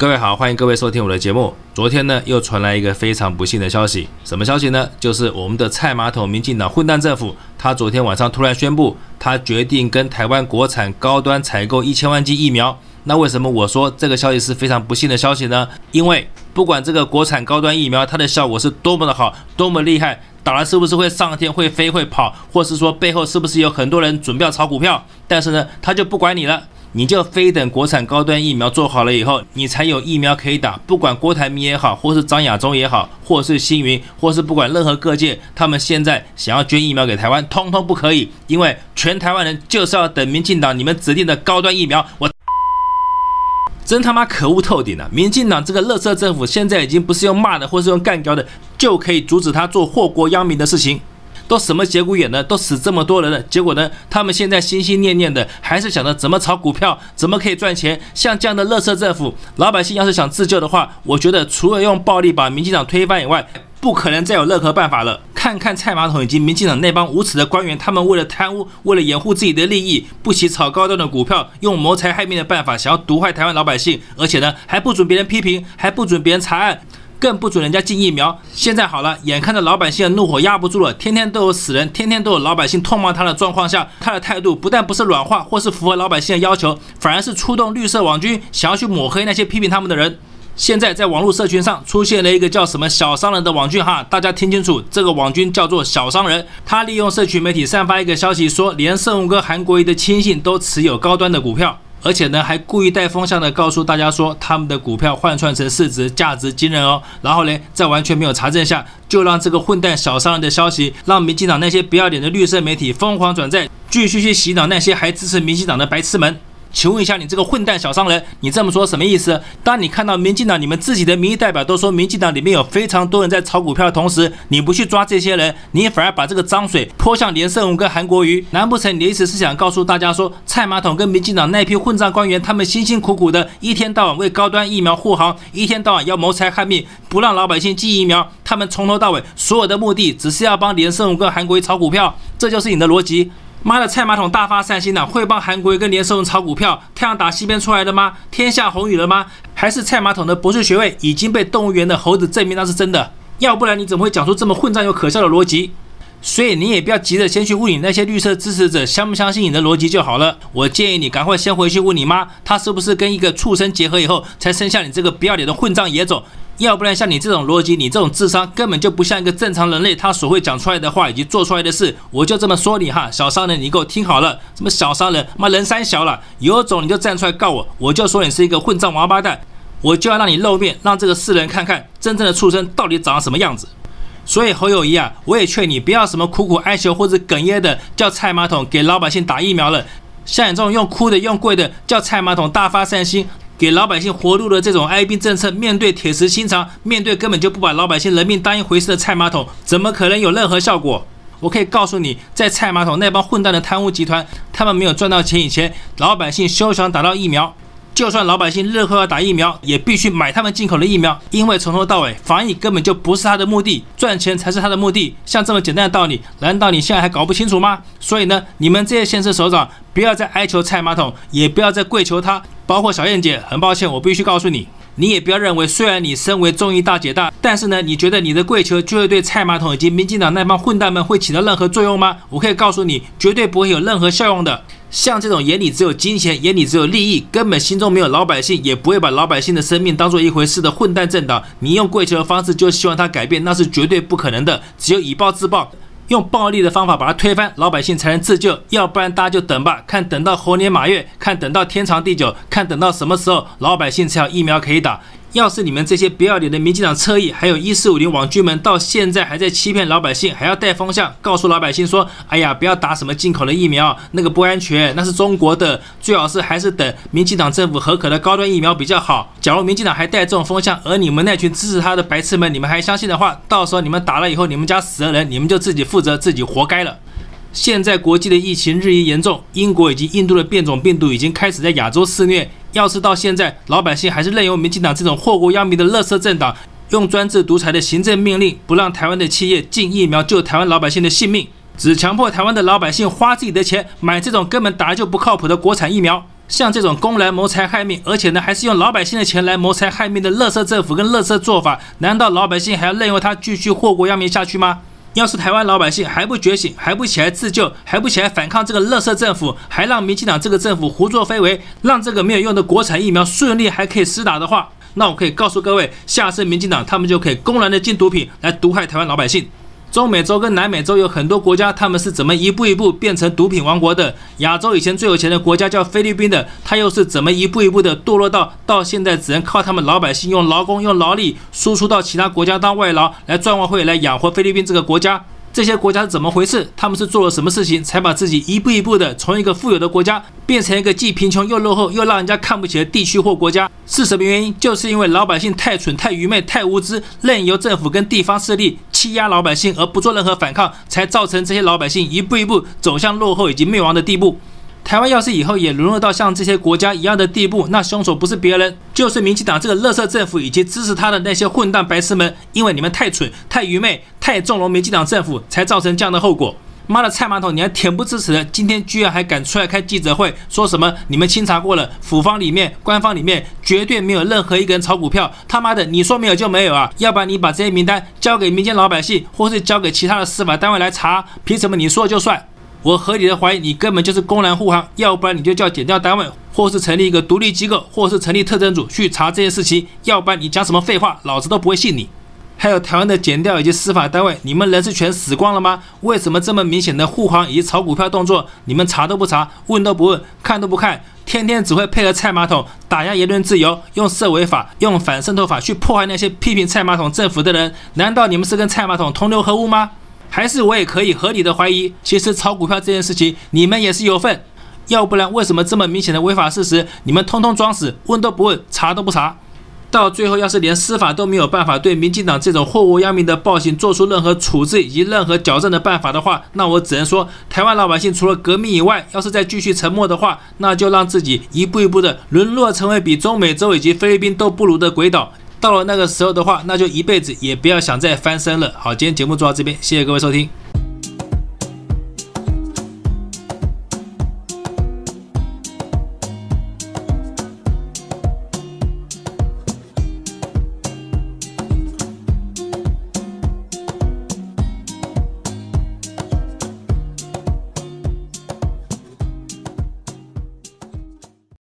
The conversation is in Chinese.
各位好，欢迎各位收听我的节目。昨天呢，又传来一个非常不幸的消息，什么消息呢？就是我们的蔡马桶民进党混蛋政府，他昨天晚上突然宣布，他决定跟台湾国产高端采购1000万剂疫苗。那为什么我说这个消息是非常不幸的消息呢？因为不管这个国产高端疫苗它的效果是多么的好，多么厉害，打了是不是会上天、会飞、会跑，或是说背后是不是有很多人准备要炒股票，但是呢，他就不管你了。你就非等国产高端疫苗做好了以后，你才有疫苗可以打。不管郭台铭也好，或是张亚中也好，或是星云，或是不管任何各界，他们现在想要捐疫苗给台湾，通通不可以，因为全台湾人就是要等民进党你们指定的高端疫苗。我真他妈可恶透顶了！民进党这个垃圾政府现在已经不是用骂的，或是用干掉的，就可以阻止他做祸国殃民的事情。都什么节骨眼呢？都死这么多人了，结果呢？他们现在心心念念的还是想着怎么炒股票，怎么可以赚钱。像这样的垃圾政府，老百姓要是想自救的话，我觉得除了用暴力把民进党推翻以外，不可能再有任何办法了。看看蔡马桶以及民进党那帮无耻的官员，他们为了贪污，为了掩护自己的利益，不惜炒高端的股票，用谋财害命的办法，想要毒害台湾老百姓，而且呢，还不准别人批评，还不准别人查案。更不准人家进疫苗。现在好了，眼看着老百姓的怒火压不住了，天天都有死人，天天都有老百姓痛骂他的状况下，他的态度不但不是软化或是符合老百姓的要求，反而是出动绿色网军，想要去抹黑那些批评他们的人。现在在网络社群上出现了一个叫什么小商人的网军哈，大家听清楚，这个网军叫做小商人，他利用社群媒体散发一个消息说，连圣武哥韩国瑜的亲信都持有高端的股票。而且呢，还故意带风向的告诉大家说，他们的股票换算成市值价值惊人哦。然后呢，在完全没有查证下，就让这个混蛋小商人的消息，让民进党那些不要脸的绿色媒体疯狂转载，继续去洗脑那些还支持民进党的白痴们。请问一下，你这个混蛋小商人，你这么说什么意思？当你看到民进党你们自己的民意代表都说民进党里面有非常多人在炒股票的同时，你不去抓这些人，你反而把这个脏水泼向连胜文跟韩国瑜，难不成你的意思是想告诉大家说，蔡马桶跟民进党那批混账官员，他们辛辛苦苦的一天到晚为高端疫苗护航，一天到晚要谋财害命，不让老百姓进疫苗，他们从头到尾所有的目的只是要帮连胜文跟韩国瑜炒股票，这就是你的逻辑？妈的，蔡马桶大发善心啊，会帮韩国瑜跟连胜文炒股票，太阳打西边出来的吗？天下红雨了吗？还是蔡马桶的博士学位已经被动物园的猴子证明那是真的？要不然你怎么会讲出这么混账又可笑的逻辑？所以你也不要急着先去问你那些绿色支持者相不相信你的逻辑就好了。我建议你赶快先回去问你妈，她是不是跟一个畜生结合以后才生下你这个不要脸的混账野种？要不然像你这种逻辑，你这种智商，根本就不像一个正常人类他所会讲出来的话以及做出来的事。我就这么说你哈，小商人，你给我听好了，什么小商人，妈人三小了，有种你就站出来告我，我就说你是一个混账王八蛋，我就要让你露面，让这个世人看看真正的畜生到底长什么样子。所以侯友宜啊，我也劝你不要什么苦苦哀求或者哽咽的叫蔡马桶给老百姓打疫苗了，像你这种用哭的用跪的叫蔡马桶大发善心给老百姓活路的这种哀兵政策，面对铁石心肠，面对根本就不把老百姓人命当一回事的蔡马桶，怎么可能有任何效果？我可以告诉你，在蔡马桶那帮混蛋的贪污集团，他们没有赚到钱以前，老百姓休想打到疫苗。就算老百姓日后要打疫苗，也必须买他们进口的疫苗，因为从头到尾防疫根本就不是他的目的，赚钱才是他的目的。像这么简单的道理，难道你现在还搞不清楚吗？所以呢，你们这些县市首长不要再哀求蔡马桶，也不要再跪求他，包括小燕姐，很抱歉，我必须告诉你，你也不要认为虽然你身为众议大姐大，但是呢，你觉得你的跪求就会对蔡马桶以及民进党那帮混蛋们会起到任何作用吗？我可以告诉你，绝对不会有任何效用的。像这种眼里只有金钱，眼里只有利益，根本心中没有老百姓，也不会把老百姓的生命当作一回事的混蛋政党，你用跪求的方式就希望他改变，那是绝对不可能的。只有以暴制暴，用暴力的方法把它推翻，老百姓才能自救。要不然大家就等吧，看等到猴年马月，看等到天长地久，看等到什么时候老百姓才有疫苗可以打。要是你们这些不要脸的民进党侧翼，还有1450网军们，到现在还在欺骗老百姓，还要带风向，告诉老百姓说，哎呀，不要打什么进口的疫苗，那个不安全，那是中国的，最好是还是等民进党政府核可的高端疫苗比较好。假如民进党还带这种风向，而你们那群支持他的白痴们，你们还相信的话，到时候你们打了以后，你们家死了人，你们就自己负责，自己活该了。现在国际的疫情日益严重，英国以及印度的变种病毒已经开始在亚洲肆虐。要是到现在老百姓还是任由民进党这种祸国殃民的垃圾政党用专制独裁的行政命令，不让台湾的企业进疫苗救台湾老百姓的性命，只强迫台湾的老百姓花自己的钱买这种根本打来就不靠谱的国产疫苗， 像这种公然谋财害命，而且呢还是用老百姓的钱来谋财害命的垃圾政府跟垃圾做法，难道老百姓还要任由他继续祸国殃民下去吗？要是台湾老百姓还不觉醒，还不起来自救，还不起来反抗这个垃圾政府，还让民进党这个政府胡作非为，让这个没有用的国产疫苗顺利还可以施打的话，那我可以告诉各位，下次民进党他们就可以公然的进毒品来毒害台湾老百姓。中美洲跟南美洲有很多国家，他们是怎么一步一步变成毒品王国的？亚洲以前最有钱的国家叫菲律宾的，它又是怎么一步一步的堕落到现在只能靠他们老百姓用劳工用劳力输出到其他国家当外劳来赚外汇来养活菲律宾这个国家？这些国家是怎么回事？他们是做了什么事情，才把自己一步一步的从一个富有的国家变成一个既贫穷又落后又让人家看不起的地区或国家？是什么原因？就是因为老百姓太蠢、太愚昧、太无知，任由政府跟地方势力欺压老百姓而不做任何反抗，才造成这些老百姓一步一步走向落后以及灭亡的地步。台湾要是以后也沦落到像这些国家一样的地步，那凶手不是别人，就是民进党这个垃圾政府以及支持他的那些混蛋白痴们，因为你们太蠢、太愚昧、太纵容民进党政府，才造成这样的后果。妈的菜马桶，你还恬不知耻的，今天居然还敢出来开记者会，说什么你们清查过了，府方里面、官方里面绝对没有任何一个人炒股票，他妈的，你说没有就没有啊！要不然你把这些名单交给民间老百姓，或是交给其他的司法单位来查，凭什么你说就算？我合理的怀疑你根本就是公然护航，要不然你就叫检调单位，或是成立一个独立机构，或是成立特侦组去查这件事情，要不然你讲什么废话，老子都不会信你。还有台湾的检调以及司法单位，你们人是全死光了吗？为什么这么明显的护航以及炒股票动作，你们查都不查，问都不问，看都不看，天天只会配合菜马桶打压言论自由，用社违法、用反渗透法去迫害那些批评菜马桶政府的人？难道你们是跟菜马桶同流合污吗？还是我也可以合理的怀疑，其实炒股票这件事情你们也是有份，要不然为什么这么明显的违法事实你们通通装死，问都不问，查都不查？到最后要是连司法都没有办法对民进党这种祸国殃民的暴行做出任何处置以及任何矫正的办法的话，那我只能说，台湾老百姓除了革命以外，要是再继续沉默的话，那就让自己一步一步的沦落成为比中美洲以及菲律宾都不如的鬼岛。到了那个时候的话，那就一辈子也不要想再翻身了。好，今天节目做到这边，谢谢各位收听。